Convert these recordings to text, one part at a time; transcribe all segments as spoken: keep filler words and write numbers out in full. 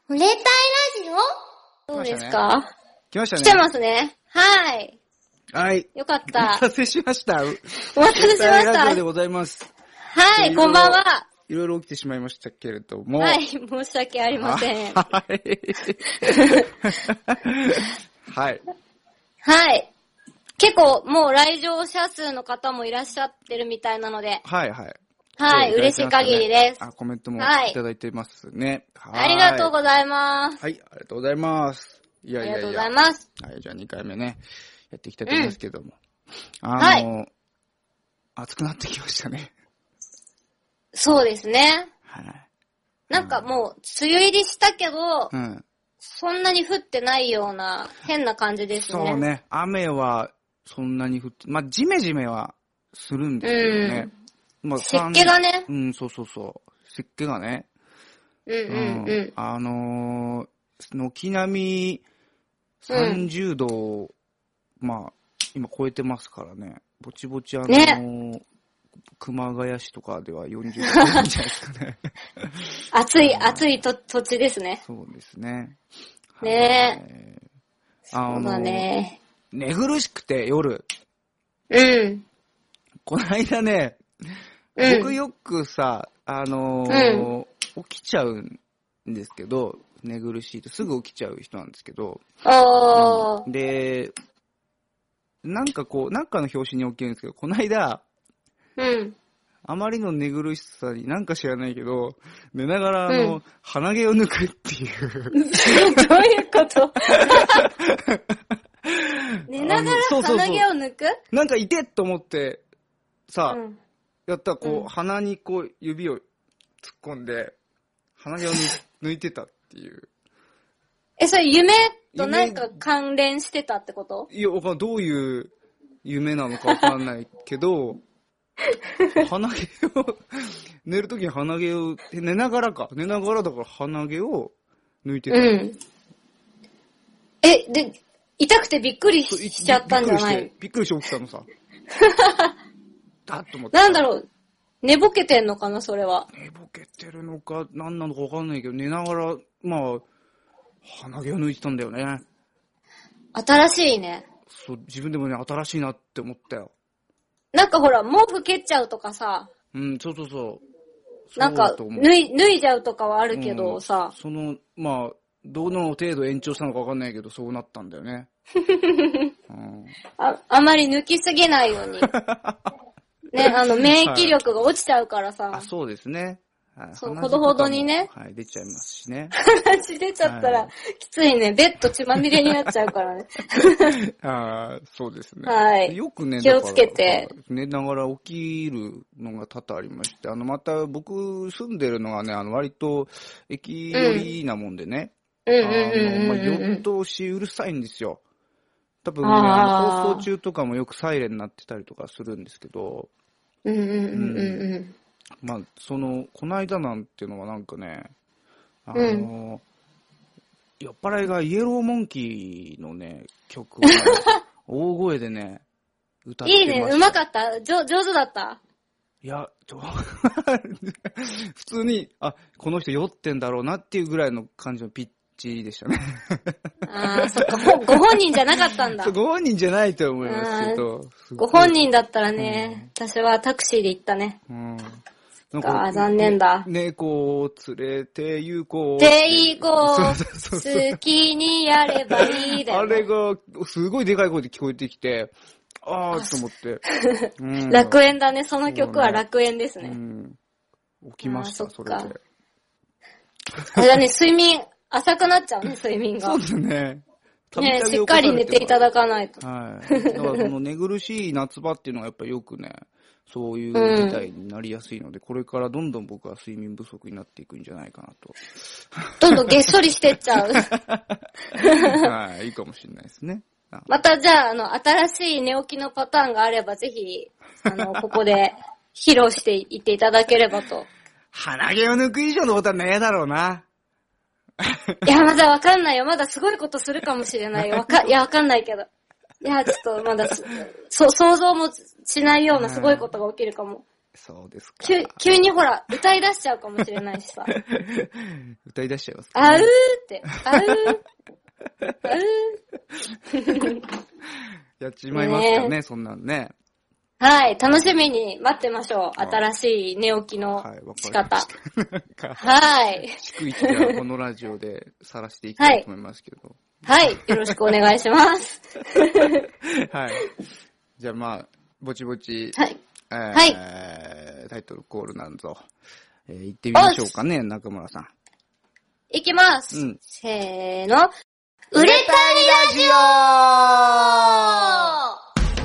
売れたいラジオどうですか？ 来ましたね。 来てますね。はい。 はい。 よかった。 お待たせしました。 お待たせしました。 ラジオでございます。 はい、こんばんは。 いろいろ起きてしまいましたけれども。 はい、申し訳ありません。 はい。はい。 はい。結構もう来場者数の方もいらっしゃってるみたいなので。 はいはい。 はい、嬉しい限りです。 あ、コメントもいただいてますね。 はい。ありがとうございます。 はい、ありがとうございます。いやいやいや。 ありがとうございます。 はい、じゃあにかいめね、やっていきたいと思いますけども。 うん、 あの、 はい、 暑くなってきましたね。 そうですね。 はい。 なんかもう、梅雨入りしたけど、 うん、そんなに降ってないような変な感じですね。 そうね。雨はそんなに降って、まあ、ジメジメはするんですけどね。 うん、 まあ、 湿気がね。 うん、そうそうそう。湿気がね。 うんうんうん。うん、 あのー、軒並みさんじゅうどを、うん、まあ、今超えてますからね。ぼちぼちあのー、ね、熊谷市とかではよんじゅうど超えるんじゃないですかね。 暑い、暑いと土地ですね。 そうですね。 ねえ。 あそうだね。 寝苦しくて夜。 うん。 この間ね、 うん、 僕よくさ、あのーうん、起きちゃうんですけど、寝苦しいとすぐ起きちゃう人なんですけど、 あうん、で、なんかこう、なんかの拍子に起きるんですけど、この間、 うん、 あまりの寝苦しさになんか知らないけど、寝ながらあの、うん、鼻毛を抜くっていう。 どういうこと寝ながら鼻毛を抜く？ なんかいてと思ってさ、うん、やったらこう、うん、鼻にこう指を突っ込んで鼻毛を抜いてたっていう。 え、それ夢となんか関連してたってこと？ いや、どういう夢なのかわかんないけど、鼻毛を寝るときに鼻毛を寝ながらか寝ながらだから鼻毛を抜いてた。うん。 え、で。痛くてびっくりしちゃったんじゃない？ びっくりして起きたのさ。だっと思って。 なんだろう、寝ぼけてんのかな、それは。 寝ぼけてるのか、何なのかわかんないけど、寝ながら、まあ、鼻毛を抜いてたんだよね。 新しいね。 そう、自分でもね、新しいなって思ったよ。 なんかほら、毛布蹴っちゃうとかさ。 うん、そうそうそう。 なんか、脱い、脱いじゃうとかはあるけど、うん、さ。 その、まあ、どの程度延長したのかわかんないけど、そうなったんだよね。 うん、あ, あまり抜きすぎないように。ね、あの、免疫力が落ちちゃうからさ。 はい、あ、そうですね。 はい、そう、ほどほどにね。 はい、出ちゃいますしね。 話出ちゃったら、はい、きついね。ベッド血まみれになっちゃうからね。 ああ、そうですね。 はい。 よくね、 気をつけて。 寝ながら起きるのが多々ありまして、あの、また僕住んでるのがね、あの、割と駅寄りなもんでね。 うん、うんうんうんうん、 まあ、夜通しうるさいんですよ。多分ね、あの放送中とかもよくサイレンになってたりとかするんですけど。 うんうんうんうんうん。 まあ、その、この間なんていうのはなんかね、あの、うん、酔っ払いがイエローモンキーのね、曲を、ね、大声でね、歌ってました。 いいね、うまかった？上手だった？ いや、ちょ普通に、あ、この人酔ってんだろうなっていうぐらいの感じのピッチでしたね。 ああ、そっか、ご本人じゃなかったんだ。 そう、ご本人じゃないと思いますけど。 ご本人だったらね、うん、私はタクシーで行ったね。うん。なんか、あ、残念だ。 猫を連れて行こう。 て行こう。好きにやればいいだよ、ね。 あれが、すごいでかい声で聞こえてきて、あーと思って。 うん、楽園だね。その曲は楽園ですね。 うん、起きました、それで。 あれだね、睡眠、浅くなっちゃうね、睡眠が。 そうですね。 ね、しっかり寝ていただかないと。 はい。だからその寝苦しい夏場っていうのがやっぱりよくね、そういう事態になりやすいので、うん、これからどんどん僕は睡眠不足になっていくんじゃないかなと。 どんどんげっそりしてっちゃう。 はい、いいかもしれないですね。 またじゃあ、あの、新しい寝起きのパターンがあれば、ぜひ、あの、ここで披露していっていただければと。 鼻毛を抜く以上のことはねえだろうな。 いや、まだわかんないよ。まだすごいことするかもしれないよ。わか、いや、わかんないけど。いや、ちょっとまだ、そ、想像もしないようなすごいことが起きるかも。 そうですか。 急、急にほら、歌い出しちゃうかもしれないしさ。 歌い出しちゃいますか、 あうーって、あうー、あうー。 やっちまいますかね、ねそんなんね。 はい、楽しみに待ってましょう。新しい寝起きの仕方。はい。 逐一ではこのラジオで晒していきたいと思いますけど。 はい、はい、よろしくお願いします。 はい。じゃあまあ、ぼちぼち、 はい。 えーはい、 タイトルコールなんぞ、えー、行ってみましょうかね、中村さん。 行きます。うん、せーの。売れたいラジオ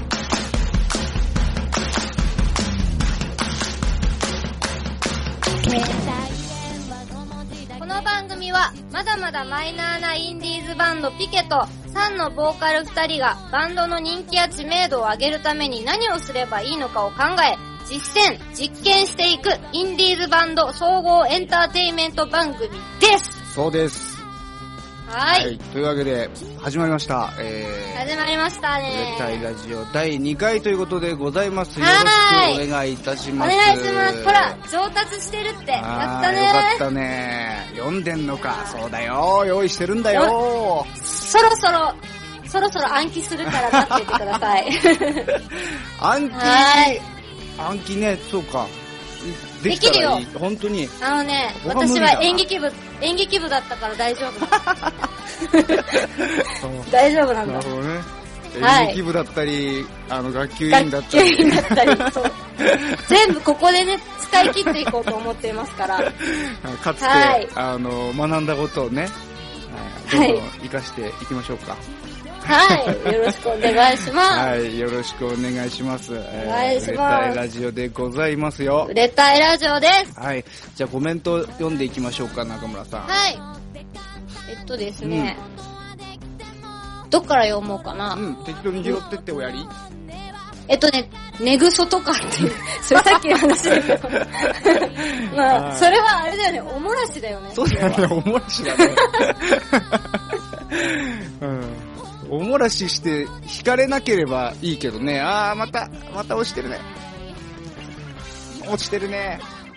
この番組はまだまだマイナーなインディーズバンドピケとサンのボーカルふたりがバンドの人気や知名度を上げるために何をすればいいのかを考え実践、実験していくインディーズバンド総合エンターテインメント番組です。 そうです。 はい、はい。 というわけで始まりました。えー、 始まりましたね。 売れたいラジオだいにかいということでございます。よろしくお願いいたします。 お願いします。ほら、上達してるって。やったね。 よかったね。読んでんのか。そうだよ。用意してるんだよ。 そろそろ、そろそろ暗記するから待っててください。 暗記、はい、暗記ね、そうか。できるよ。本当に。 あのね、私は演劇部、演劇部だったから大丈夫だ。大丈夫なんだ。 なるほどね。演劇部だったり、あの、学級委員だったり。 学級委員だったり、そう。全部ここでね、使い切っていこうと思っていますから。 かつて、はい、あの、学んだことをね、はい、どんどん活かしていきましょうか。 はい。よろしくお願いします。 はい。よろしくお願いします。 お願いします。 売れたいラジオでございますよ。 売れたいラジオです。 はい。じゃあコメント読んでいきましょうか、中村さん。 はい。えっとですね。うん、どっから読もうかな。 うん。適当に拾ってっておやり、うん、 えっとね、寝ぐそとかっていう、それさっきの話だけど。まあ、それはあれだよね、おもらしだよね。 そうだよね、おもらしだね。うん。おもらしして引かれなければいいけどね。あー、また、また押してるね。落ちてるね。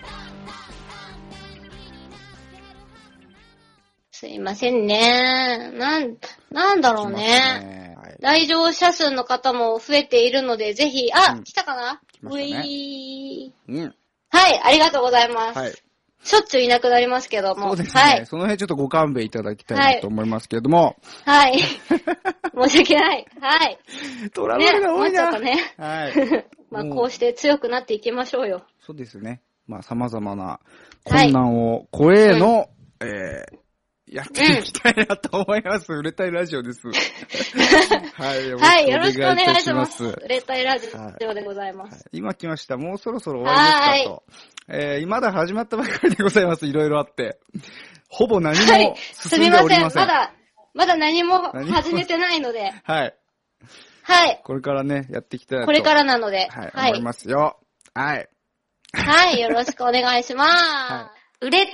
すいませんね。なん、なんだろうね。ね、はい、来場者数の方も増えているので、ぜひ、あ、うん、来たかな？ 来ましたね。 ういー。うん。 はい、ありがとうございます。 はい。 しょっちゅういなくなりますけども。 そうですね。はい、その辺ちょっとご勘弁いただきたいなと思いますけれども。 はい。はい、申し訳ない。はい。 トラブルが多いな。 ね、もうちょっとね。はい。まあこうして強くなっていきましょうよ。 そうですね。まあ様々な困難を超えの、はいうん、えー、やっていきたいなと思います。うん、売れたいラジオです。はい。 はい。よろしくお願いします。売れたいラジオでございます。はい、 今来ました。もうそろそろ終わりですかと。えー、まだ始まったばかりでございます。いろいろあって。ほぼ何も進んでおりません。すみません。 まだ、まだ何も始めてないので。 はい。 はい。 これからね、やっていきたいと。 これからなので。 はい。はい、思いますよ。はい。 はい。よろしくお願いします。はい、売れたい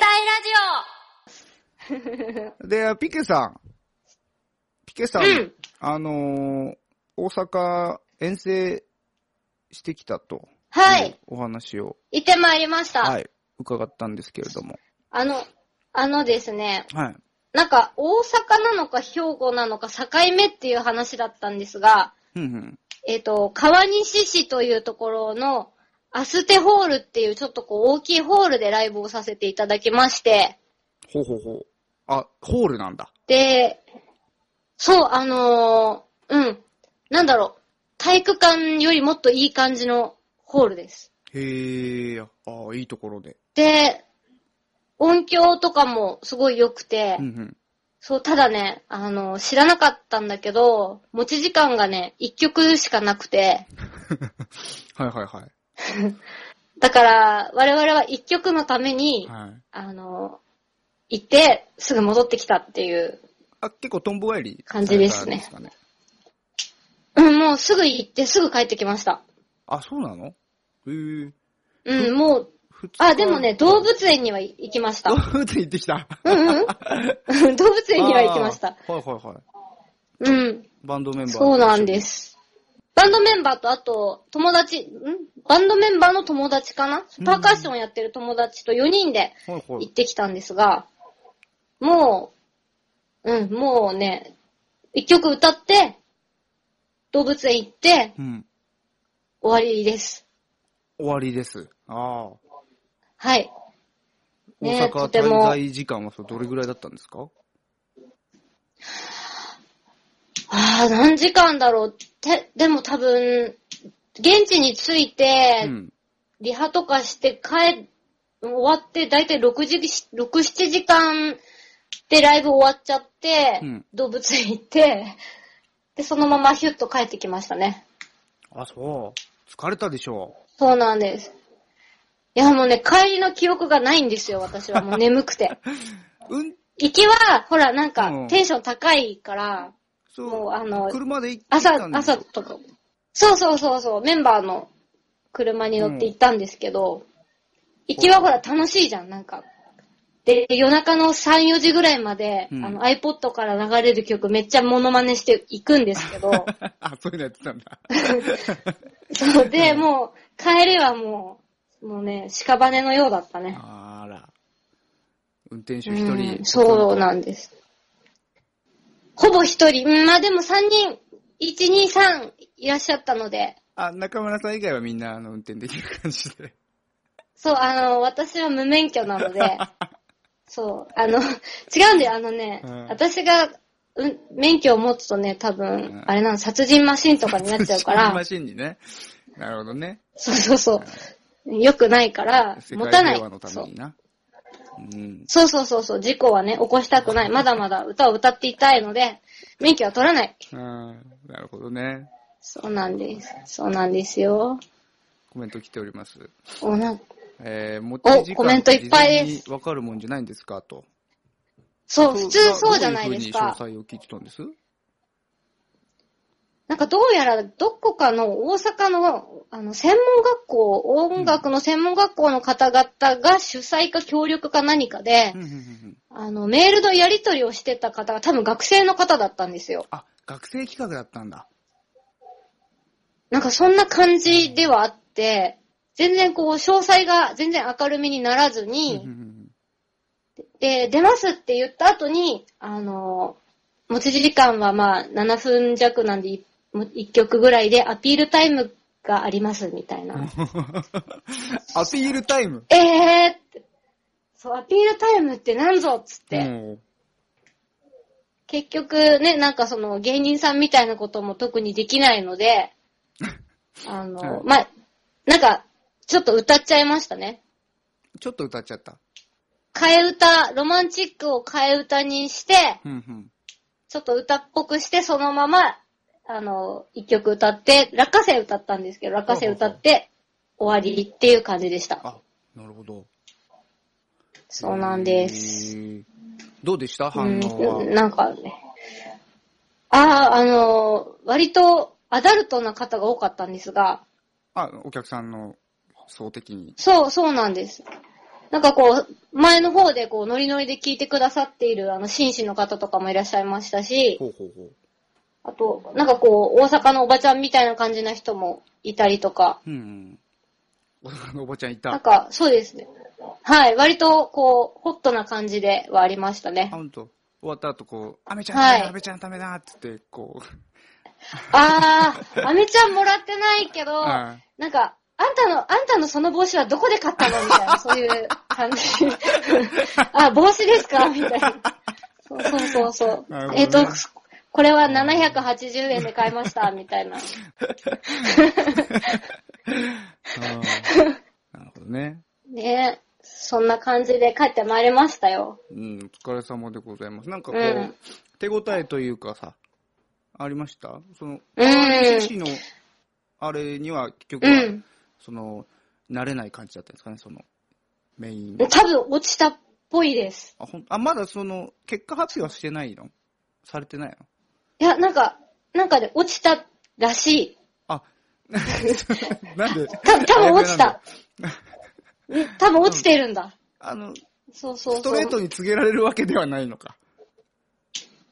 ラジオで、ピケさん。ピケさん、うん、あのー、大阪遠征してきたと。 はい。 お話を。 行ってまいりました。 はい。伺ったんですけれども。 あの、あのですね。 はい。 なんか、大阪なのか兵庫なのか境目っていう話だったんですが、 うんうん、 えっと、川西市というところのアステホールっていうちょっとこう大きいホールでライブをさせていただきまして。 ほうほうほう。あ、ホールなんだ。 で、そう、あのー、うん。なんだろう。体育館よりもっといい感じのホールです。 へー、ああ、いいところで。 で、音響とかもすごい良くて、 うんうん、 そう、ただね、あの、知らなかったんだけど、持ち時間がね、一曲しかなくて。 はいはいはい。 だから、我々は一曲のために、はい、あの、行って、すぐ戻ってきたっていう。 あ、結構トンボ帰り感じですね。うん、もうすぐ行ってすぐ帰ってきました。 あ、そうなの？へー。 うん、もう、あ、でもね、動物園には行きました。 動物園行ってきた。 うんうん。動物園には行きました。 はいはいはい。 うん。 バンドメンバー。 そうなんです。 バンドメンバーとあと、友達、んバンドメンバーの友達かな、パーカッションやってる友達とよにんで行ってきたんですが、もう、うん、もうね、一曲歌って、動物園行って、うん、終わりです。 終わりです。ああ。 はい。 大阪滞在時間はどれぐらいだったんですか？ ああ、何時間だろうって、でも多分、現地に着いて、うん、リハとかして帰、終わって、だいたいろくじ、ろく、ななじかんでライブ終わっちゃって、うん、動物園行って、で、そのままヒュッと帰ってきましたね。 あ、そう。疲れたでしょう。 そうなんです。いや、もうね、帰りの記憶がないんですよ、私は。もう眠くて。うん、行きは、ほら、なんか、テンション高いから、 そう、もうあの、車で行ったんです朝、朝とか。そうそうそうそう、メンバーの車に乗って行ったんですけど、うん、行きはほら楽しいじゃん、なんか。で、夜中のさん、よじぐらいまで、うん、あの iPod から流れる曲めっちゃモノマネして行くんですけど。 あ、そういうのやってたんだ。 そうで、うん、もう、帰りはもう、もうね、屍のようだったね。 あら。運転手一人、 うん。そうなんです。ほぼ一人。うん、まあでもさんにん、いち、に、さんいらっしゃったので。 あ、中村さん以外はみんなあの運転できる感じで。 そう、あの、私は無免許なので、そう、あの、違うんだよ、あのね、うん、私が、うん、免許を持つとね、多分、うん、あれなの、殺人マシンとかになっちゃうから。 殺人マシンにね。なるほどね。 そうそうそう。うん、よくないから、持たない。世界平和のためにな。うん、そうそうそうそう、事故はね、起こしたくない。まだまだ歌を歌っていたいので、免許は取らない。 うん、なるほどね。 そうなんです。そうなんですよ。 コメント来ております。 お、な、 えー、持ち時間コメントいっぱいです。 わかるもんじゃないんですかと。 そう、普通そうじゃないですか。 どういうふうに詳細を聞いてたんです？ なんかどうやらどこかの大阪のあの専門学校、音楽の専門学校の方々が主催か協力か何かで、うんうんうん、あのメールのやり取りをしてた方が多分学生の方だったんですよ。 あ、学生企画だったんだ。 なんかそんな感じではあって、全然こう詳細が全然明るみにならずに、うんうんうん、で、出ますって言った後に、あの、持ち時間はまあななふん弱なんでいっきょくぐらいでアピールタイムがありますみたいな。 アピールタイムえーって。そう、アピールタイムって何ぞっつって。うん、結局ね、なんかその芸人さんみたいなことも特にできないので、あの、うん、まあ、なんか、ちょっと歌っちゃいましたね。 ちょっと歌っちゃった。 替え歌、ロマンチックを替え歌にして、うんうん、ちょっと歌っぽくして、そのまま、あの、一曲歌って、落花生歌ったんですけど、落花生歌って、終わりっていう感じでした。 あ、なるほど。 そうなんです。 どうでした反応は、 うん、なんかね。ああ、あの、割とアダルトな方が多かったんですが。 あ、お客さんの総的に。 そう、そうなんです。なんかこう、前の方でこう、ノリノリで聞いてくださっている、あの、紳士の方とかもいらっしゃいましたし、ほうほうほう。あと、なんかこう、大阪のおばちゃんみたいな感じな人もいたりとか。うん。 大阪のおばちゃんいた。 なんか、そうですね。はい、割とこう、ホットな感じではありましたね。 ほんと。終わった後こう、アメちゃんダメだ、アメちゃんダメだっつって、こう。 あー、アメちゃんもらってないけど、なんか、あんたの、あんたのその帽子はどこで買ったのみたいな、そういう感じ。あ、帽子ですかみたいな。そうそうそうそう。ね、えっと、これはななひゃくはちじゅうえんで買いました、みたいな。 なるほどね。 ねえ、そんな感じで帰ってまいりましたよ。 うん、お疲れ様でございます。なんかこう、うん、手応えというかさ、ありましたその、うん。獅子の、あれには結局は、うん、その、慣れない感じだったんですかね、その、メイン。 多分落ちたっぽいです。 あ、ほんあ、まだその、結果発表はしてないのされてないのいや、なんか、なんかで落ちたらしい。 あ、なんでた多分落ちた。多分落ちてるんだ。 あの、 そうそうそう。 ストレートに告げられるわけではないのか。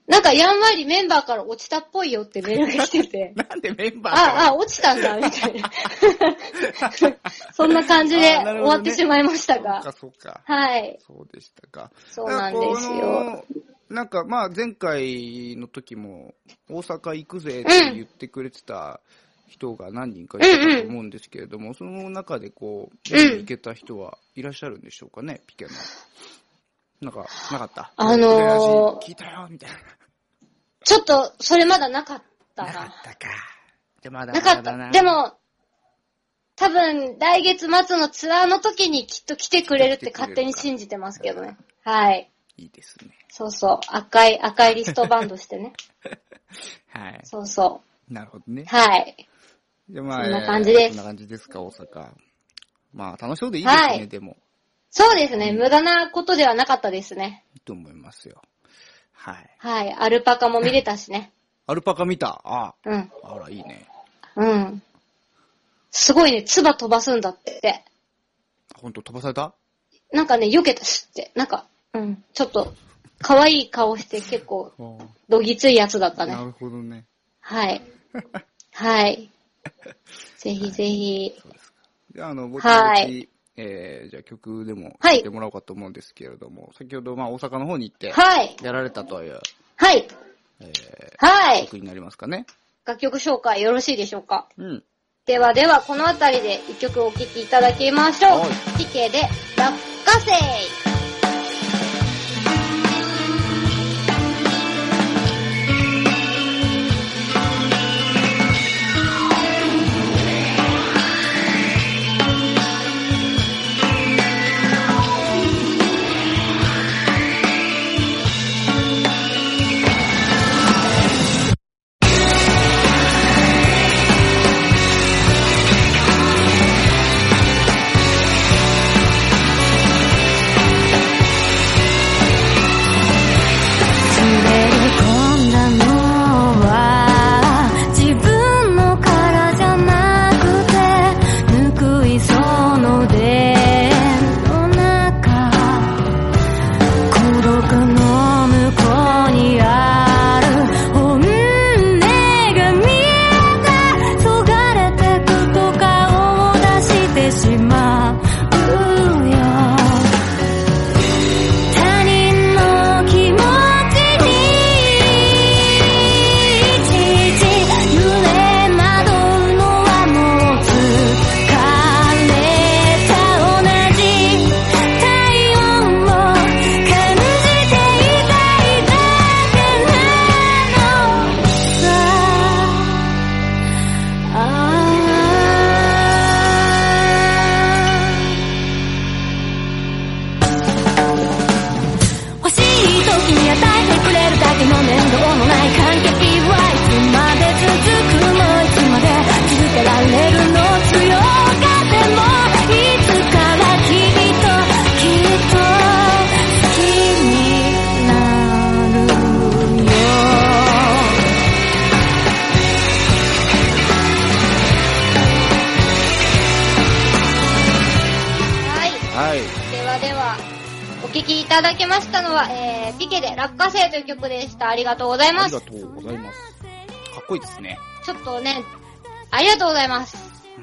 なんかやんわりメンバーから落ちたっぽいよってメールが来てて。 なんでメンバーからあ、あ、落ちたんだ、みたいな。そんな感じで終わってしまいましたが。 そうか、そうか。 はい。 そうでしたか。 そうなんですよ。 なんかまあ前回の時も大阪行くぜって言ってくれてた人が何人かいたと思うんですけれども、うんうん、その中でこう、行けた人はいらっしゃるんでしょうかね、ピケの。なんか、なかった。 あのー、 聞いたよ、みたいな。 ちょっと、それまだなかったな。 なかったか。でまだなかった。でも、多分、来月末のツアーの時にきっと来てくれるって勝手に信じてますけどね。はい。 いいですね。 そうそう。赤い、赤いリストバンドしてね。 はい。 そうそう。 なるほどね。 はい。 でまあ、 そんな感じです。 そんな感じですか、大阪。まあ、楽しそうでいいですね、はい、でも。 そうですね、うん。無駄なことではなかったですね。 いいと思いますよ。はい。 はい。アルパカも見れたしね。 アルパカ見た？ああ。 うん。 あら、いいね。 うん。すごいね、唾飛ばすんだって。 ほんと飛ばされた？ なんかね、避けたしって。なんか、うん。ちょっと、可愛い顔して結構、どぎついやつだったね。 なるほどね。 はい。はい。ぜひぜひ。 そうですか。じゃあ、あの、ぼちぼち、はい、えー、じゃあ曲でも聴いてもらおうかと思うんですけれども、はい、先ほど、まあ、大阪の方に行って、はい。やられたという、 はい。 えー、 はい。 曲になりますかね。 楽曲紹介よろしいでしょうか。 うん。 ではでは、このあたりで一曲お聴きいただきましょう。ピケで、落花生。いただきましたのは、えー、ピケで落花生という曲でした。ありがとうございます。 ありがとうございます。かっこいいですね。 ちょっとね、ありがとうございます。 うん。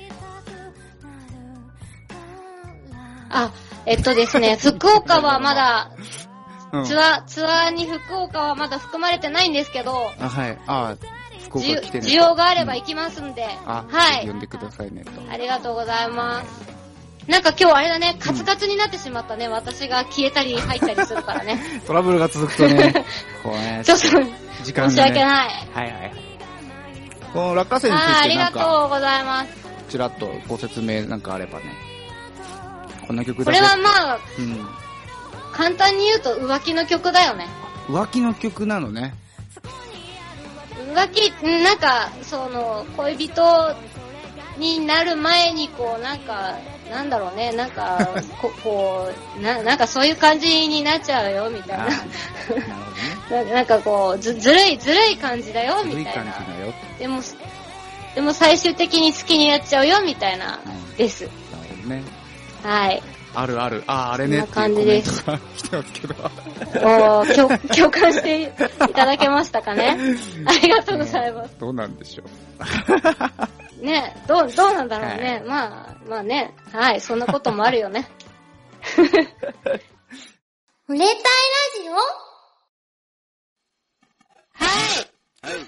あ、えっとですね、福岡はまだ、ツアー、ツアーに福岡はまだ含まれてないんですけど、 あ、はい。あ、福岡来てね。 需要があれば行きますんで、うん、 あ、 はい。 呼んでくださいねと。 ありがとうございます。なんか今日あれだね、カツカツになってしまったね。うん、私が消えたり入ったりするからね。 トラブルが続くとね、こうね、 ちょっと、時間がね、申し訳ない。 はいはいはい。この落花生についてなんか、 ありがとうございます。 ちらっとご説明なんかあればね。こんな曲だこれはまあ、 うん、 簡単に言うと浮気の曲だよね。 浮気の曲なのね。 浮気、なんか、その、恋人になる前にこう、なんか、なんだろうね、なんか、ここうな、なんかそういう感じになっちゃうよ、みたいな。なるほどね。な, なんかこうず、ずるい、ずるい感じだよ、みたいな。ずるい感じだよ。でも、でも最終的に好きになっちゃうよ、みたいな、うん、です。 なるほどね。 はい。 あるある。ああ、あれね。 こんな感じです。 来てますけど。 おー、共、共感していただけましたかね。ありがとうございます。 どうなんでしょう。ね、どう、どうなんだろうね。はい、まあ、まあね。はい、そんなこともあるよね。売れたいラジオ？はい。はい。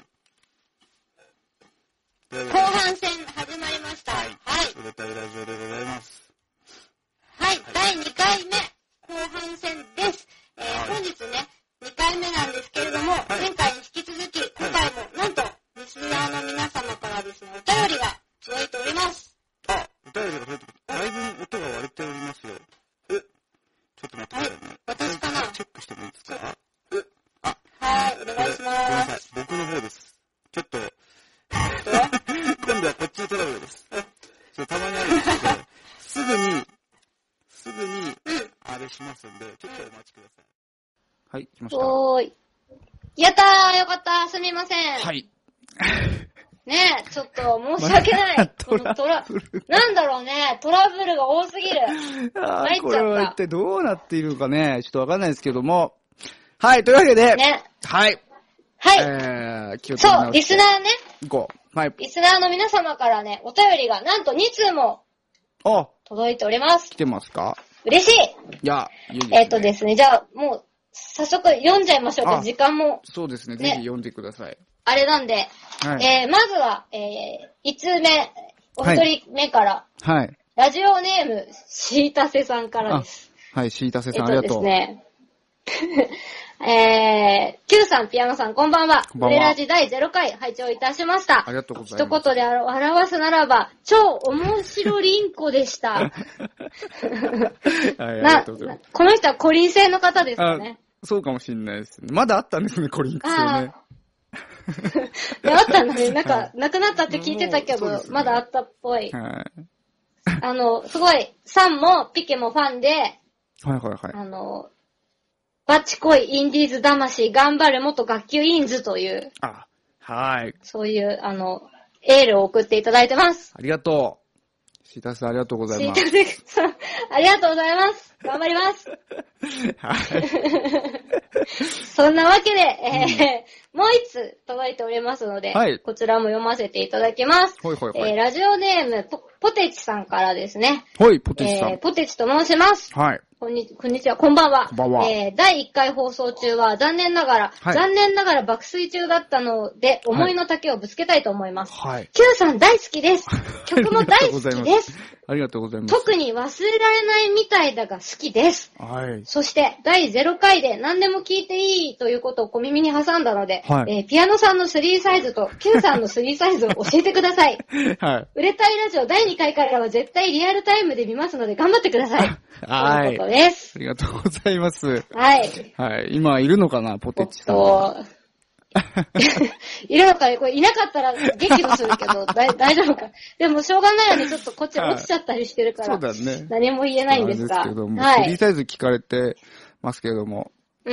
後半戦始まりました。はい。 売れたいラジオでございます。 はい、はい、だいにかいめ、後半戦です。えー、はい、本日ね、にかいめなんですけれども、はい、前回に引き続き、今回もなんと、リスナーの皆様からですね、お便りが届いております。 あ、お便りが届いております。だいぶ音が割れておりますよ。え、ちょっと待ってくださいね。はい、 私かな？ チェックしてもいいですか？ え、あ、はい、お願いします。ごめんなさい、 僕の方です。ちょっと、今度はこっちのトラブルです。ちょっとたまにあるんですけど、すぐに、すぐに、あれしますんで、ちょっとお待ちください。はい、来ました。 おーい。やったー、よかったー、すみません。 はい。 ねえ、ちょっと申し訳ない。このトラ、なんだろうね、トラブルが多すぎる。 あー、これは一体どうなっているのかね、ちょっとわかんないですけども。はい、というわけで、 ね。 はい。 はい。 えー、気をつけて。そう、リスナーね。 ご。はい。 リスナーの皆様からね、お便りがなんとにつうも、 あ、 届いております。 来てますか？ 嬉しい。 いや、いいですね。 えっとですね、じゃあ、もう、早速読んじゃいましょうか、時間も。 そうですね、ね、ぜひ読んでください。 あれなんで、はい、えー、まずは、えー、いちつうめ、お一人目から、 はい。 ラジオネーム、しいたせさんからです。 はい、しいたせさん、ありがとう。 えっとですね、えー、Q さん、ピアノさん、こんばんは。 こんばんは。 売れラジだいゼロかい、拝聴いたしました。 ありがとうございます。 一言で表すならば、超面白リンコでした。はい、 ありがとうございます。 この人はコリン星の方ですかね。 そうかもしれないですね。まだあったんですね、コリン星ね。 いや、あったんだね。なんか、亡くなったって聞いてたけど、ね、まだあったっぽい。はい。あの、すごい、サンもピケもファンで、はいはいはい。 あの、バチコイ、インディーズ魂、頑張る元学級インズという、 あ、はい。 そういう、あの、エールを送っていただいてます。 ありがとう。シータスありがとうございます。 シータスさん、ありがとうございます。頑張ります。はい。そんなわけで、えー、うん、もう一つ届いておりますので、はい、こちらも読ませていただきます。 はいはいはい。 えー、ラジオネーム、ポ、ポテチさんからですね。 はい、ポテチさん。えー、 ポテチと申します。 はい。 こんにちは、こんにちは、こんばんは。 こんばんは。 えー、だいいっかい放送中は残念ながら、はい、残念ながら爆睡中だったので、思いの丈をぶつけたいと思います。 はい。 Q さん大好きです。曲も大好きです。 ありがとうございます。 特に忘れられないみたいだが好きです。 はい。 そして、だいゼロかいで何でも聞いていいということを小耳に挟んだので、はい。えー、ピアノさんのスリーサイズと Q さんのスリーサイズを教えてください。はい。売れたいラジオだいにかいからは絶対リアルタイムで見ますので頑張ってください。 はい。 ということです。 ありがとうございます。 はい。 はい。今いるのかな、ポテチさん。 そういるのかね、これいなかったら激怒するけど、だ大丈夫か。でもしょうがないよね、ちょっとこっち落ちちゃったりしてるから。 そうだね。 何も言えないんですが。 ですけども、はい。スリーサイズ聞かれてますけども。 うん。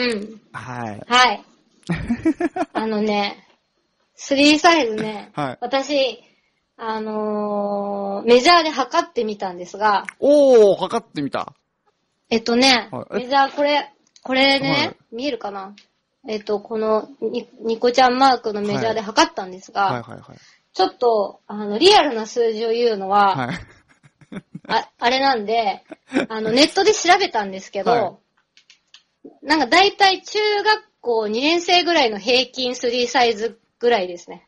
はい。 はい。あのね、スリーサイズね、はい。私、あのー、メジャーで測ってみたんですが。 おー、測ってみた。 えっとね、はい、メジャーこれ、これね、はい、見えるかな？えっと、このニ、ニコちゃんマークのメジャーで測ったんですが、はいはいはいはい、ちょっと、あの、リアルな数字を言うのは、はい、あ、あれなんで、あの、ネットで調べたんですけど、はい、なんか大体中学校にねん生ぐらいの平均スリーサイズぐらいですね。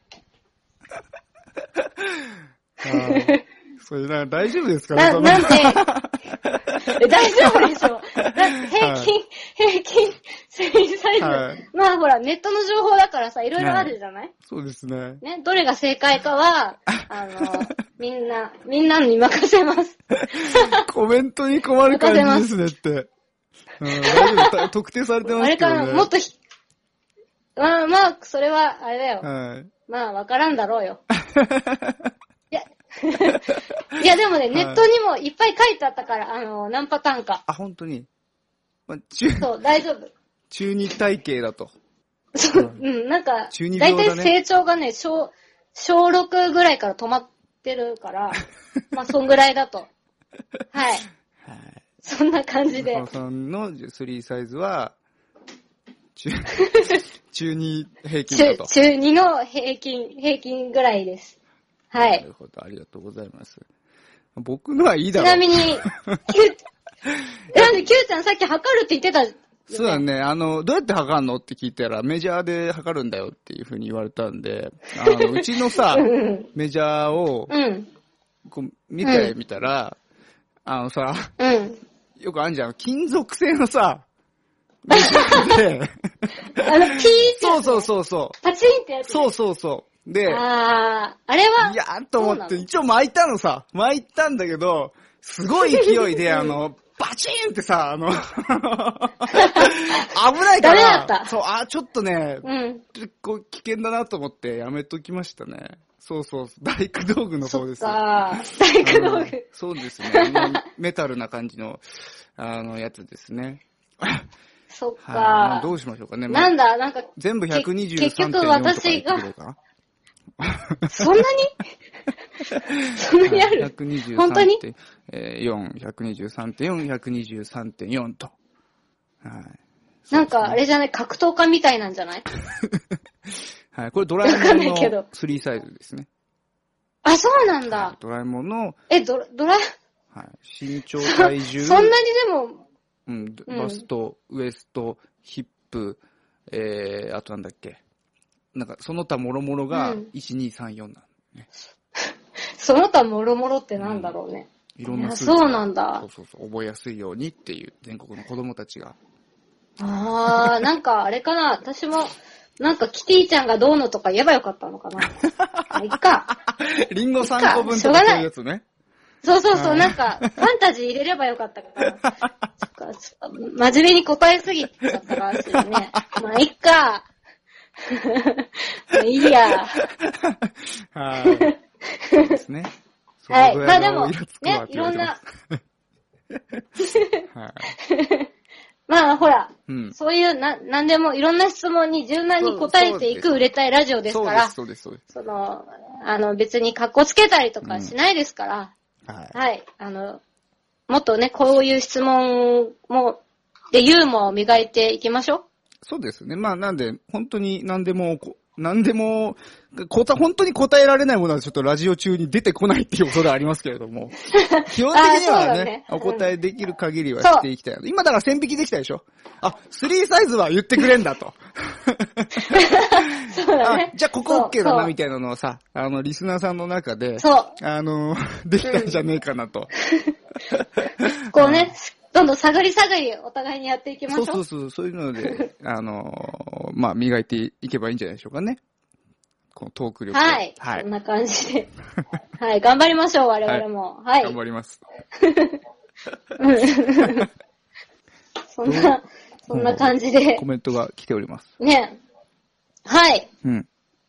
それな、大丈夫ですかね？な、なんで、大丈夫でしょ。だ平均、はい、平均、スリーサイズ、はい。まあほら、ネットの情報だからさ、いろいろあるじゃない、はい、 そうですね。 ね、どれが正解かは、あの、みんな、みんなに任せます。 コメントに困る感じですねって。うん、大丈夫、特定されてますけどね。 あれかな、もっとひ、まあまあ、それは、あれだよ。はい、まあ、わからんだろうよ。いや、いやでもね、ネットにもいっぱい書いてあったから、あの、何パターンか。 あ、本当に。まあ、中そう、大丈夫。 中二体型だと。 そう、うん、なんか、中二病だね。大体成長がね、小、小ろくぐらいから止まってるから、まあ、そんぐらいだと。はい。はい。 そんな感じで。 中野さんのスリーサイズは、中、中に平均だと。 中、中にの平均、平均ぐらいです。はい。 なるほど、ありがとうございます。僕のはいいだろう。 ちなみに、キュなんで、キューちゃんさっき測るって言ってた、ね。 そうだね。あの、どうやって測るのって聞いたら、メジャーで測るんだよっていう風に言われたんで、あの、うちのさ、うん、メジャーを、うん、こう見てみたら、うん、あのさ、うん、よくあんじゃん。金属製のさ、メジャーで、 あの、ピーって、ね。 そうそうそうそう。 パチンってやつ、ね。 そうそうそう。で、 あー、あれは、 いやーと思って、一応巻いたのさ、巻いたんだけど、すごい勢いで、あの、バチーンってさ、あの、危ないから、ダメだった。そう、あ、ちょっとね、うん、こう危険だなと思ってやめときましたね。そうそう、大工道具の方です。 そっか大工道具。 そうですね。メタルな感じの、あの、やつですね。 そっか、 まあ、どうしましょうかね。 なんだ、なんか、 全部ひゃくにじゅうさんてんよんとか言ってくれるかな。 そんなにそんなにある ?ひゃくにじゅうさんてんよん 本当によん、ひゃくにじゅうさんてんよん、ひゃくにじゅうさんてんよん と。はい。 なんか、あれじゃない、格闘家みたいなんじゃないはい。これドラえもんのスリーサイズですね。 あ、そうなんだ。はい、 ドラえもんの、 え、ド、ドラ、 はい。身長体重。 そんなにでも、 うん、バスト、うん、ウエスト、ヒップ、えー、あとなんだっけ。なんか、その他もろもろがいちにさんよんなんね。 その他もろもろってなんだろうね。 うん、いろんな数字。そうなんだ。 そうそうそう。覚えやすいようにっていう全国の子供たちが。 あー、なんかあれかな。私も、なんかキティちゃんがどうのとか言えばよかったのかな。あ、いっか。 リンゴさんこぶんとかそういうやつね。 そうそうそう、なんか、ファンタジー入れればよかったから。そっか、真面目に答えすぎちゃったらしいね。まあ、いっか。まあ、いいや。 はい。そうですね。 はい。まあでも、ね、いろんな。はい。まあほら、うん、そういうな、なんでもいろんな質問に柔軟に答えていく売れたいラジオですから、 そうです、そうです、 その、あの別に格好つけたりとかしないですから、うん、はい。はい。あの、もっとね、こういう質問も、でユーモアを磨いていきましょう。 そうですね。まあなんで、本当に何でも、何でも、こた、本当に答えられないものはちょっとラジオ中に出てこないっていうことでありますけれども。基本的にはね、ねお答えできる限りはしていきたい、うん。今だから線引きできたでしょ。あ、スリーサイズは言ってくれんだと。 そうだね。 あ、じゃあここ OK だなみたいなのをさ、あの、リスナーさんの中で、そう。あの、できたんじゃねえかなと。 うん、こうね、どんどん探り探りお互いにやっていきましょう。 そうそうそう、そういうので、あの、まあ、磨いていけばいいんじゃないでしょうかね。このトーク力。 はい。はい。こんな感じで。はい、頑張りましょう、我々も。はい。はい、 頑張ります。 そんな、そんな感じで。 コメントが来ております。 ね。はい。うん。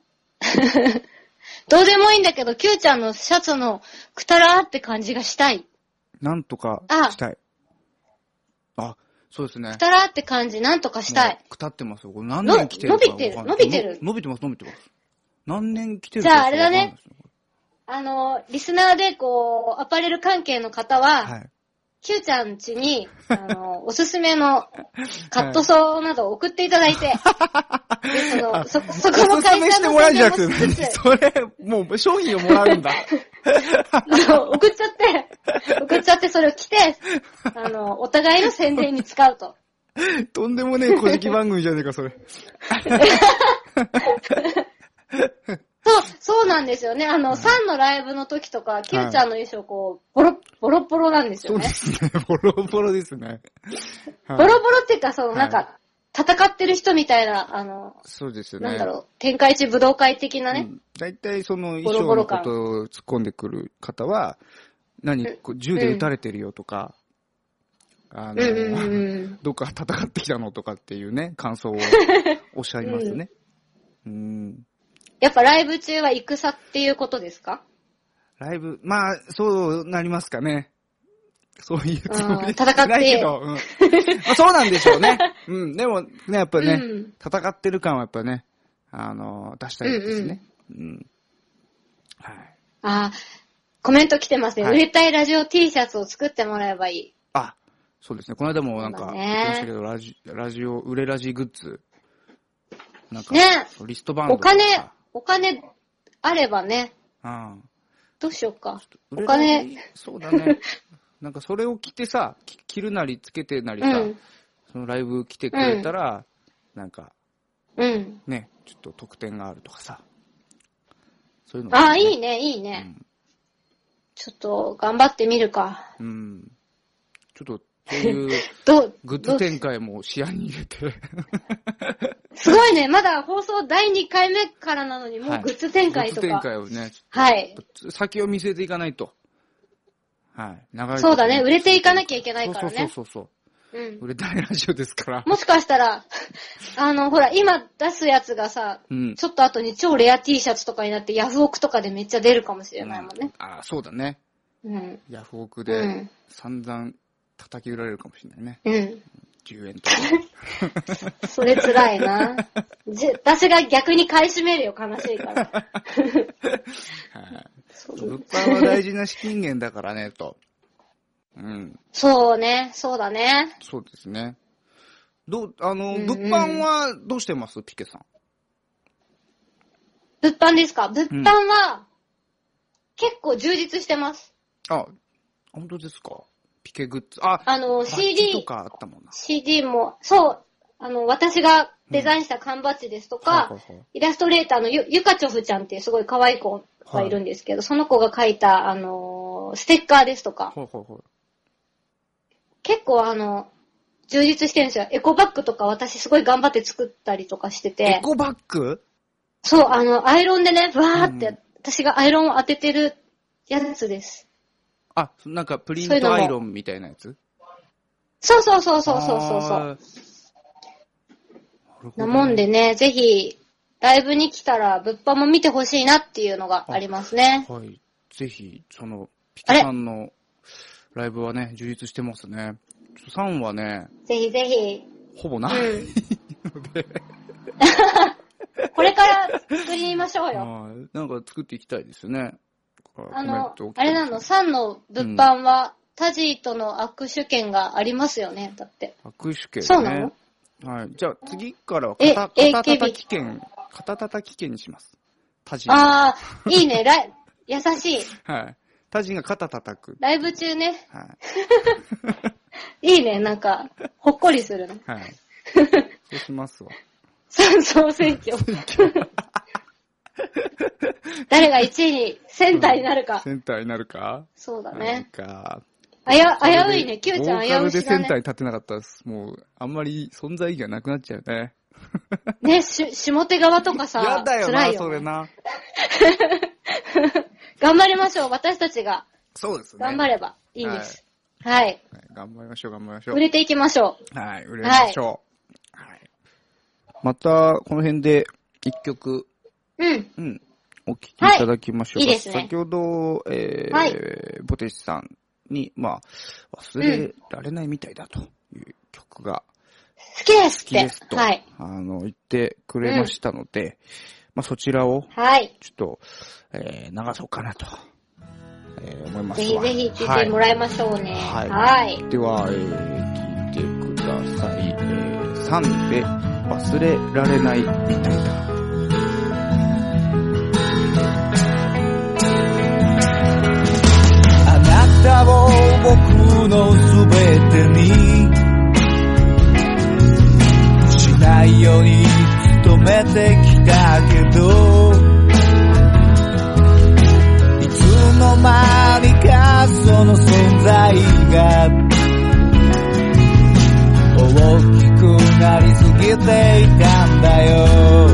どうでもいいんだけど、Q ちゃんのシャツのくたらーって感じがしたい。 なんとかしたい。あ、そうですね。 くたらーって感じ、なんとかしたい。 くたってますよ。これ何年来てるか伸びてる、伸びてる。 伸びてます、伸びてます。何年来てるか。 じゃああれだね。あの、リスナーでこう、アパレル関係の方は、はい、Q ちゃん家に、あの、おすすめのカットソーなどを送っていただいて、はい、でその、そ、そこの会社の宣伝もしつつ、 それ、もう商品をもらうんだ。 送っちゃって、送っちゃってそれを着て、あの、お互いの宣伝に使うと。 とんでもねえ小じき番組じゃねえか、それ。 そう、そうなんですよね。あの、はい、サンのライブの時とか、Q ちゃんの衣装こう、ボロ、ボロボロなんですよね。 そうですね。ボロボロですね。 はい、ボロボロっていうか、その、なんか、はい、戦ってる人みたいな、あの、 そうですよね。 なんだろう、天下一武道会的なね。 だいたいその衣装のことを突っ込んでくる方は、何、こう銃で撃たれてるよとか、うん、あの、うんうんうん、どっか戦ってきたのとかっていうね、感想をおっしゃいますね。うん、うんやっぱライブ中は戦っていうことですか？ ライブ、まあ、そうなりますかね。そういうつもり戦ってないけど、うんまあ、そうなんでしょうね。うん、でもね、やっぱね、うん、戦ってる感はやっぱね、あの、出したいですね。うん、うん、 はい。あ、コメント来てますね、はい。売れたいラジオ T シャツを作ってもらえばいい。 あ、 そうですね。この間もなんか、 そうだ言ってましねたけど、ラジ、ラジオ、売れラジグッズ。なんか、 ねリストバンドおとか。 金、お金あればね。 うん。 どうしようか。 売れお金ラジそうだね。なんかそれを着てさ、き着るなりつけてなりさ、 うん。 そのライブ来てくれたら、なんか、 うん。 ね、ちょっと特典があるとかさ。そういうの、 ああ、いいね、いいね。ちょっと、頑張ってみるか。 うん。うん。ちょっと、そういう、 どう、 グッズ展開も視野に入れて。 すごいね。まだ放送だいにかいめからなのに、もうグッズ展開とか。 グッズ展開をね、 はい。 先を見据えていかないと。はい。長いそうだね。売れていかなきゃいけないからね。 そうそうそうそう。うん。売れたいラジオですから。 もしかしたら、あの、ほら、今出すやつがさ、うん、ちょっと後に超レア T シャツとかになってヤフオクとかでめっちゃ出るかもしれないもんね。 うん、ああ、そうだね。 うん。 ヤフオクで散々叩き売られるかもしれないね。 うん。 じゅうえんとか。 それ辛いな。じ私が逆に買い占めるよ、悲しいから。はい。 物販は大事な資金源だからね、と。うん。 そうね、そうだね。 そうですね。どう、あの、うんうん、物販はどうしてますピケさん。 物販ですか？物販は、うん、結構充実してます。 あ、本当ですか？ピケグッズ。あ、 あの、シーディー。 とかあったもんな。 シーディー も、そう、あの、私がデザインした缶バッジですとか、うん、イラストレーターのゆ、ゆかちょふちゃんっていうすごい可愛い子がいるんですけど、はい、その子が描いた、あのー、ステッカーですとか、 はいはいはい、 結構あの、充実してるんですよ。エコバッグとか私すごい頑張って作ったりとかしてて。 エコバッグ？ そう、あの、アイロンでね、わーって、うん、私がアイロンを当ててるやつです。 あ、なんかプリントアイロンみたいなやつ？ そうそうそうそうそうそうそう。なもんでね、ぜひ、ライブに来たら物販も見てほしいなっていうのがありますね。 はい。ぜひ、その、ピケさんのライブはね、充実してますね。さんはね、 ぜひぜひ。 ほぼない、うん、ので。 これから作りましょうよ。 なんか作っていきたいですよね。 あの、あれなの、さんの物販は、うん、タジーとの握手券がありますよね、だって。 握手券ね。 そうなの？ はい。じゃあ次からは肩、肩叩き券、肩叩き券にします。タジー。 ああ、いいね、ら優しい。 はい。タジーが肩叩く。 ライブ中ね。はい。いいね、なんか、ほっこりするね。 はい。そうしますわ。 総選挙。誰がいちいにセンターになるか。 センターになるか？そうだね。 なんか。 あや、危ういね。キューちゃん危ういね。ボーカルでセンターに立てなかったです。もう、あんまり存在意義がなくなっちゃうね。 ね、し、下手側とかさ。 やだよな、それな。 頑張りましょう、私たちが。 そうですね。 頑張ればいいんです。はい。はい、 頑張りましょう、頑張りましょう。 売れていきましょう。はい、売れましょう。はい。はい、また、この辺で一曲。 うん。 うん。お聴きいただきましょう。 はい、いいですね。 先ほど、えー、はい、ボテシさんに、まあ、忘れられないみたいだという曲が、 好きですって。 好きですと、はい、あの、言ってくれましたので、うん、まあ、そちらを、 はい。 ちょっと、えー、流そうかなと、えー、思いますわ。 ぜひぜひ聴いてもらいましょうね。はい。はい、 では、えー、聴いてください。えー、さんで忘れられないみたいだ。 あなたを僕のすべてにしないように努めてきたけど、いつの間にかその存在が大きくなりすぎていたんだよ。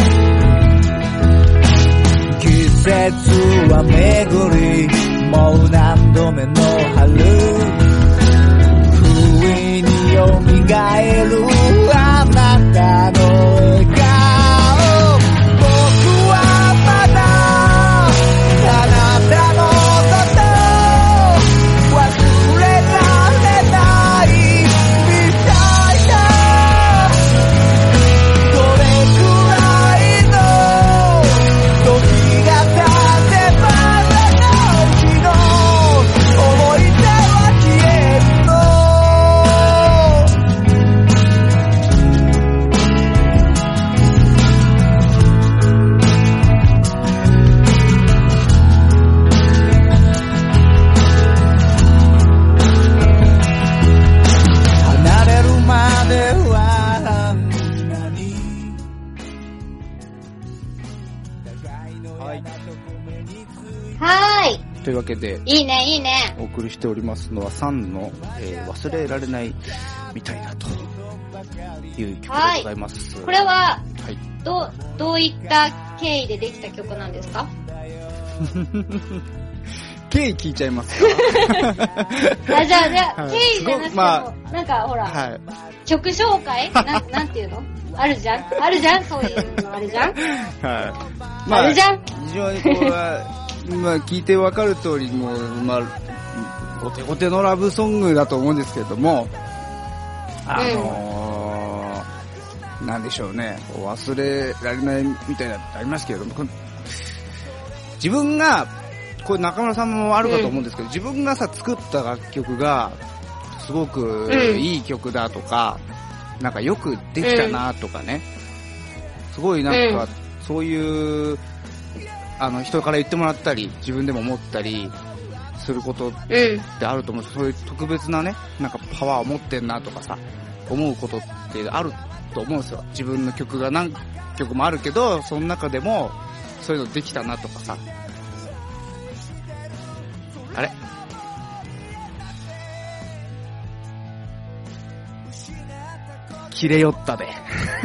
季節は巡りもう何度目の春、不意によみがえるあなたの笑顔、僕はまだあなたのこと忘れられないみたいだ。どれくらいはい。 はーい。 というわけで、 いいね、いいね。 お送りしておりますのは、サンの、えー、忘れられないみたいだという曲でございます。 これは、 はい、 どう、どういった経緯でできた曲なんですか？ 経緯聞いちゃいますか？ あ、じゃあ、じゃあ、 はい、 経緯じゃなくても、まあ、なんかほら、はい、曲紹介な、なんていうのあるじゃんあるじゃんそういうのあるじゃんはい。まあ、あるじゃん非常にこうは、まあ、聞いてわかる通り、もう、まあ、ゴテゴテのラブソングだと思うんですけれども、あのー、うん、なんでしょうね、忘れられないみたいなってありますけれども、自分が、これ中村さんもあるかと思うんですけど、うん、自分がさ、作った楽曲が、すごくいい曲だとか、うん、なんかよくできたなとかね、うん、すごいなんか、そういう、あの、人から言ってもらったり、自分でも思ったりすることってあると思うんです。そういう特別なね、なんかパワーを持ってんなとかさ、思うことってあると思うんですよ。自分の曲が何曲もあるけど、その中でも、そういうのできたなとかさ。あれ？切れよったで。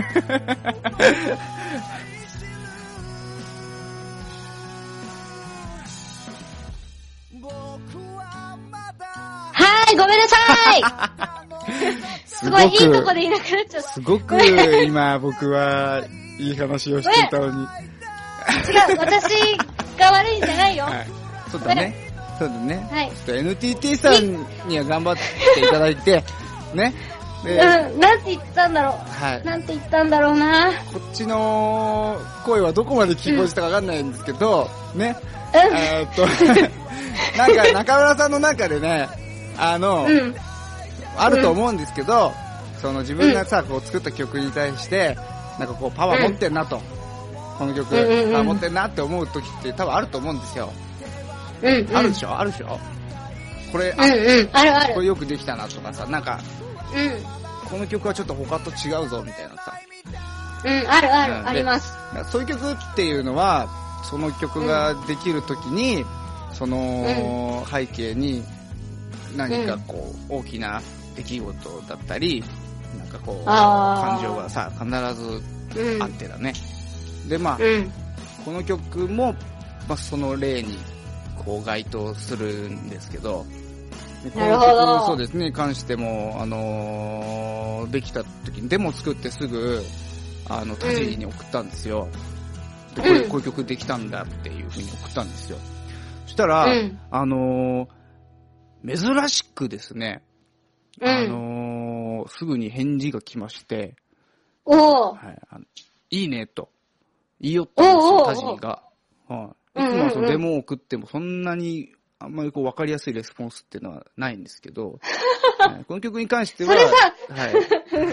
はい、ごめんなさいすごいいいとこでいなくなっちゃった。 すごく今僕はいい話をしていたのに。 違う、私が悪いんじゃないよ。はい、 そうだね。そうだね。はい。ちょっと エヌティーティー さんには頑張っていただいて、ね。 で、うん、なんて言ったんだろう。はい。なんて言ったんだろうな。 こっちの声はどこまで聞こえてたかわかんないんですけど、うん、ね。えー、っと、なんか中村さんの中でね、あの、うん、あると思うんですけど、うん、その自分がさ、こう作った曲に対して、なんかこうパワー持ってんなと、うん、この曲、うんうんうん、パワー持ってんなって思う時って多分あると思うんですよ。うんうん、あるでしょあるでしょこれ、あ、うんうん、あるある。これよくできたなとかさ、なんか、うん、この曲はちょっと他と違うぞみたいなさ。 うん、あるある、あります。 そういう曲っていうのは、その曲ができるときに、うん、その背景に何かこう、大きな出来事だったり、なんかこう、感情がさ、必ずあってだね。うん、で、まあ、うん、この曲も、まあ、その例に、こう該当するんですけど、 なるほど。 そうですね、に関しても、あのー、できた時にデモ作ってすぐ、あの、タジに送ったんですよ。うん、で、これ、こういう曲できたんだっていう風に送ったんですよ。そしたら、うん、あのー、珍しくですね、うん、あのー、すぐに返事が来まして、 おー。 はい、あのいいねと、言いよったんですよ、タジが。はい、いつもそのデモを送ってもそんなにあんまりこう分かりやすいレスポンスっていうのはないんですけど、はい、この曲に関しては、 それさ、 はい、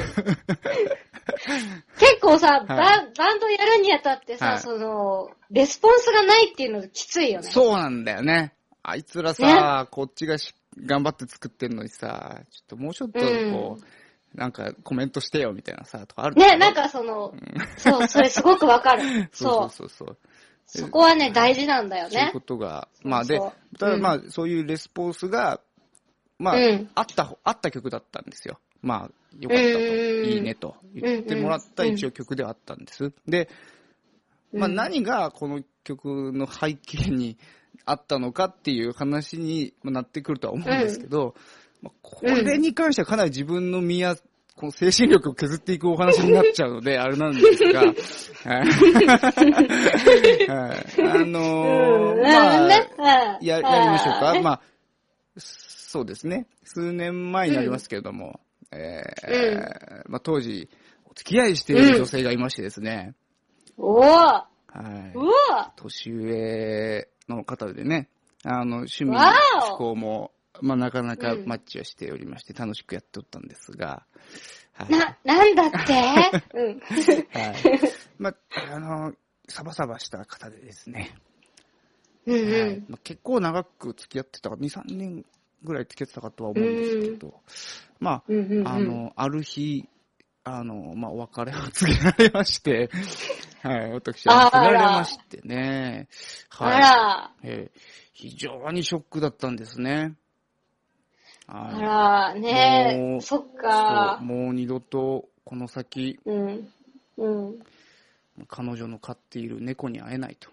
結構さ、はい、バ, バンドやるにあたってさ、はい、その、レスポンスがないっていうのがきついよね。 そうなんだよね。あいつらさ、ね、こっちがし頑張って作ってんのにさ、ちょっともうちょっとこう、うんなんかコメントしてよみたいなさ、とかあるね、なんかその、そう、それすごくわかる。 そうそうそうそう。 そこはね、大事なんだよね。 そういうことが、まあで、ただまあ、そういうレスポンスが、まあ、うん、あった、あった曲だったんですよ。まあ、よかったと、いいねと言ってもらった一応曲ではあったんです。で、まあ何がこの曲の背景にあったのかっていう話になってくるとは思うんですけど、まあ、これに関してはかなり自分の身や、この精神力を削っていくお話になっちゃうので、あれなんですが、はい、あのー、まあ、や、やりましょうか。まあ、そうですね。数年前になりますけれども、えーまあ、当時、お付き合いしている女性がいましてですね。 おーはい。 うわ年上の方でね、あの、趣味、思考も、まあ、なかなかマッチをしておりまして、楽しくやっておったんですが。 はい、な、なんだってうん。 はい。まあ、あの、サバサバした方でですね。 うんうん。はいまあ、結構長く付き合ってたか、に、さんねんぐらい付き合ってたかとは思うんですけど、まあ、うんうんうん、あの、ある日、あの、まあ、お別れを告げられまして、 はい、私は振られましてね。はい。 あら。 えー、非常にショックだったんですね。 はい、あら、ねえ、そっか。 もう二度とこの先、 うん。うん。 彼女の飼っている猫に会えないと。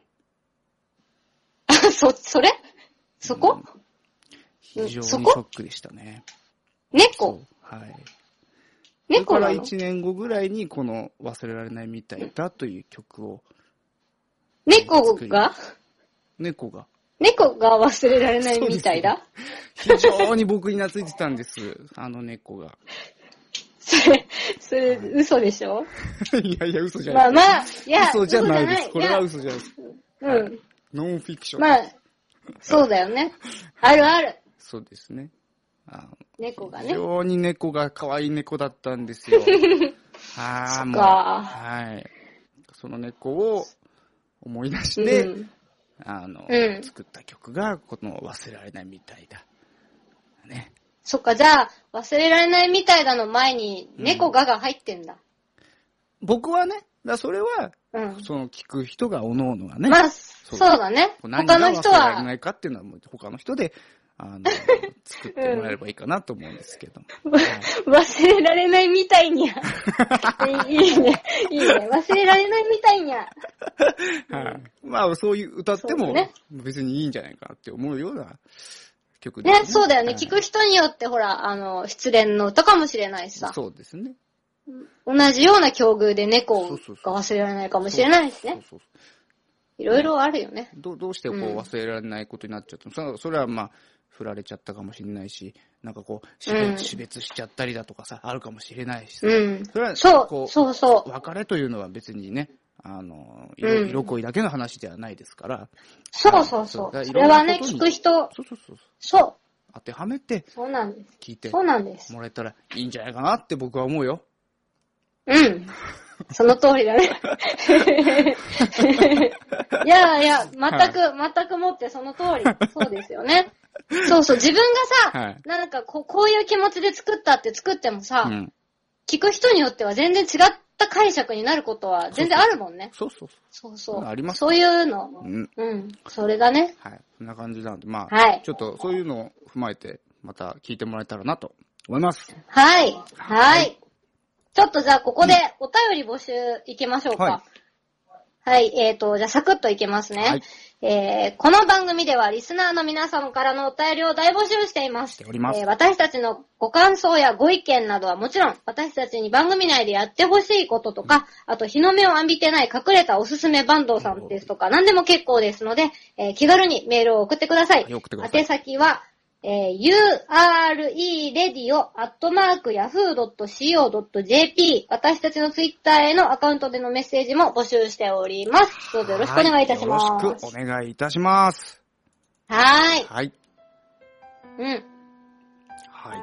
そ、それそこ、うん、 非常にショックでしたね。 猫はい。 猫なの？ それからいちねんごぐらいにこの忘れられないみたいだという曲を。 猫が猫が。 猫が忘れられないみたいだ、 非常に僕に懐いてたんです、あの猫が。 それ、それ、はい、嘘でしょいやいや、嘘じゃない。 まあまあ、いや、 嘘じゃないです。これは嘘じゃないです。 うん、はい。 ノンフィクション。 まあ、そうだよね。あるある。 そうですね。あ猫がね。 非常に猫が可愛い猫だったんですよ。はあ、もう。はい。その猫を思い出して、うん、あの、うん、作った曲がこの忘れられないみたいだ。ね。 そっか、じゃあ、忘れられないみたいだの前に猫がが入ってんだ。 うん、僕はね、だそれは、うん、その聞く人がおのおのがね。 まあ、そうだね。他の人は。 忘れられないかっていうのはもう他の人で、あの、作ってもらえればいいかなと思うんですけど。 うんはい、忘れられないみたいにゃ。いいね。いいね。忘れられないみたいにゃ。 はい、まあ、そういう歌っても別にいいんじゃないかなって思うような曲ですね。 ね、そうだよね。はい、聞く人によってほら、あの、失恋の歌かもしれないしさ。 そうですね。 同じような境遇で猫が忘れられないかもしれないしね。そうそうそういろいろあるよね。 ど, どうしてこう忘れられないことになっちゃったの、うん、それはまあ、振られちゃったかもしれないし、なんかこう、死別、うん、死別しちゃったりだとかさ、あるかもしれないしさ。 うん。 それはそう、そうそう。 別れというのは別にね、あの、色、うん、色恋だけの話ではないですから。 そうそうそう。それはね、聞く人。 そうそうそう。 そう。 当てはめて、 そうなんです。 聞いて、 そうなんです。 もらえたらいいんじゃないかなって僕は思うよ。 うん。その通りだね。いやいや、全く、はい、全くもってその通り。そうですよね。そうそう、自分がさ、はい、なんかこう、こういう気持ちで作ったって作ってもさ、うん、聞く人によっては全然違った解釈になることは全然あるもんね。 そうそうそう。そうそう。 あります。 そういうの。うん。うん。それだね。 はい。そんな感じなので、まあ、 はい、 ちょっとそういうのを踏まえて、また聞いてもらえたらなと思います。 はい。はい。はいちょっとじゃあここでお便り募集いきましょうか。はい。はい、えーと、じゃあサクッといきますね。はい。えー、この番組ではリスナーの皆様からのお便りを大募集しています。 しております。 えー、私たちのご感想やご意見などはもちろん、私たちに番組内でやってほしいこととか、うん、あと日の目を浴びてない隠れたおすすめバンドさんですとか、何でも結構ですので、えー、気軽にメールを送ってください。 はい、送ってください。 宛先は、えー、ユーアールイーレディオ アットマークヤフードットシーオードットジェーピー 私たちのツイッターへのアカウントでのメッセージも募集しております。どうぞよろしくお願いいたします。 よろしくお願いいたします。 はーい。 はい。 うん。 はい。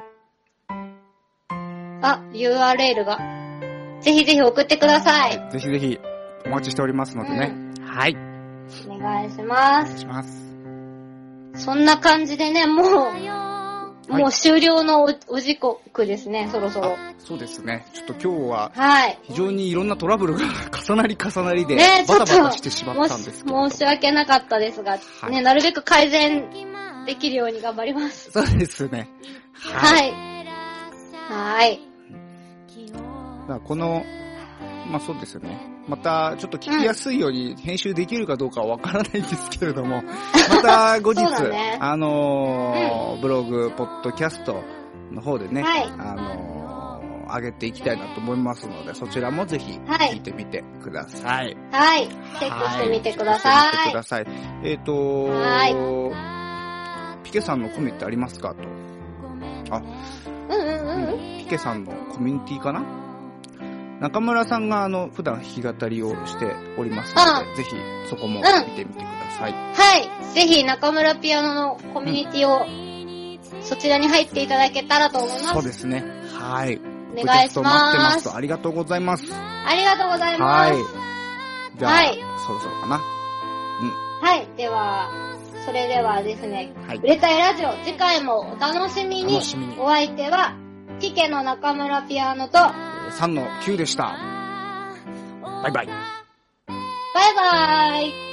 あ、ユーアールエル が。ぜひぜひ送ってください。 はい、ぜひぜひお待ちしておりますのでね。うん、はい。 お願いします。 お願いします。 そんな感じでね、もう、はい、もう終了の お, お時刻ですね、そろそろ。 そうですね。ちょっと今日は、 はい。 非常にいろんなトラブルが重なり重なりで、ね、バタバタしてしまったんですけど。 申し訳なかったですが、はい、ね、なるべく改善できるように頑張ります。 そうですね。 はい。はい。 はい。この、まあそうですよね。また、ちょっと聞きやすいように編集できるかどうかはわからないんですけれども、また後日、ね、あのーうん、ブログ、ポッドキャストの方でね、はい、あのー、上げていきたいなと思いますので、そちらもぜひ聞いてみてください。 はい。チェックしてみてください。はい、チェックしてみてください。 えっ、ー、とー、ピケさんのコメントありますかと。あ、 うんうんうん。 ピケさんのコミュニティかな中村さんがあの普段弾き語りをしておりますので、ぜひそこも見てみてください。うん、 はい。ぜひ中村ピアノのコミュニティを、うん、そちらに入っていただけたらと思います。 そうですね。はい。 お願いします。 待ってますと。ありがとうございます。 ありがとうございます。はい。 じゃあ、はい、そろそろかな。 うん。はい。では、それではですね、はい、売れたいラジオ、次回もお楽しみに。 楽しみに。 お相手は、ピケの中村ピアノと、 さんのきゅうでした。バイバイ。 バイバーイ。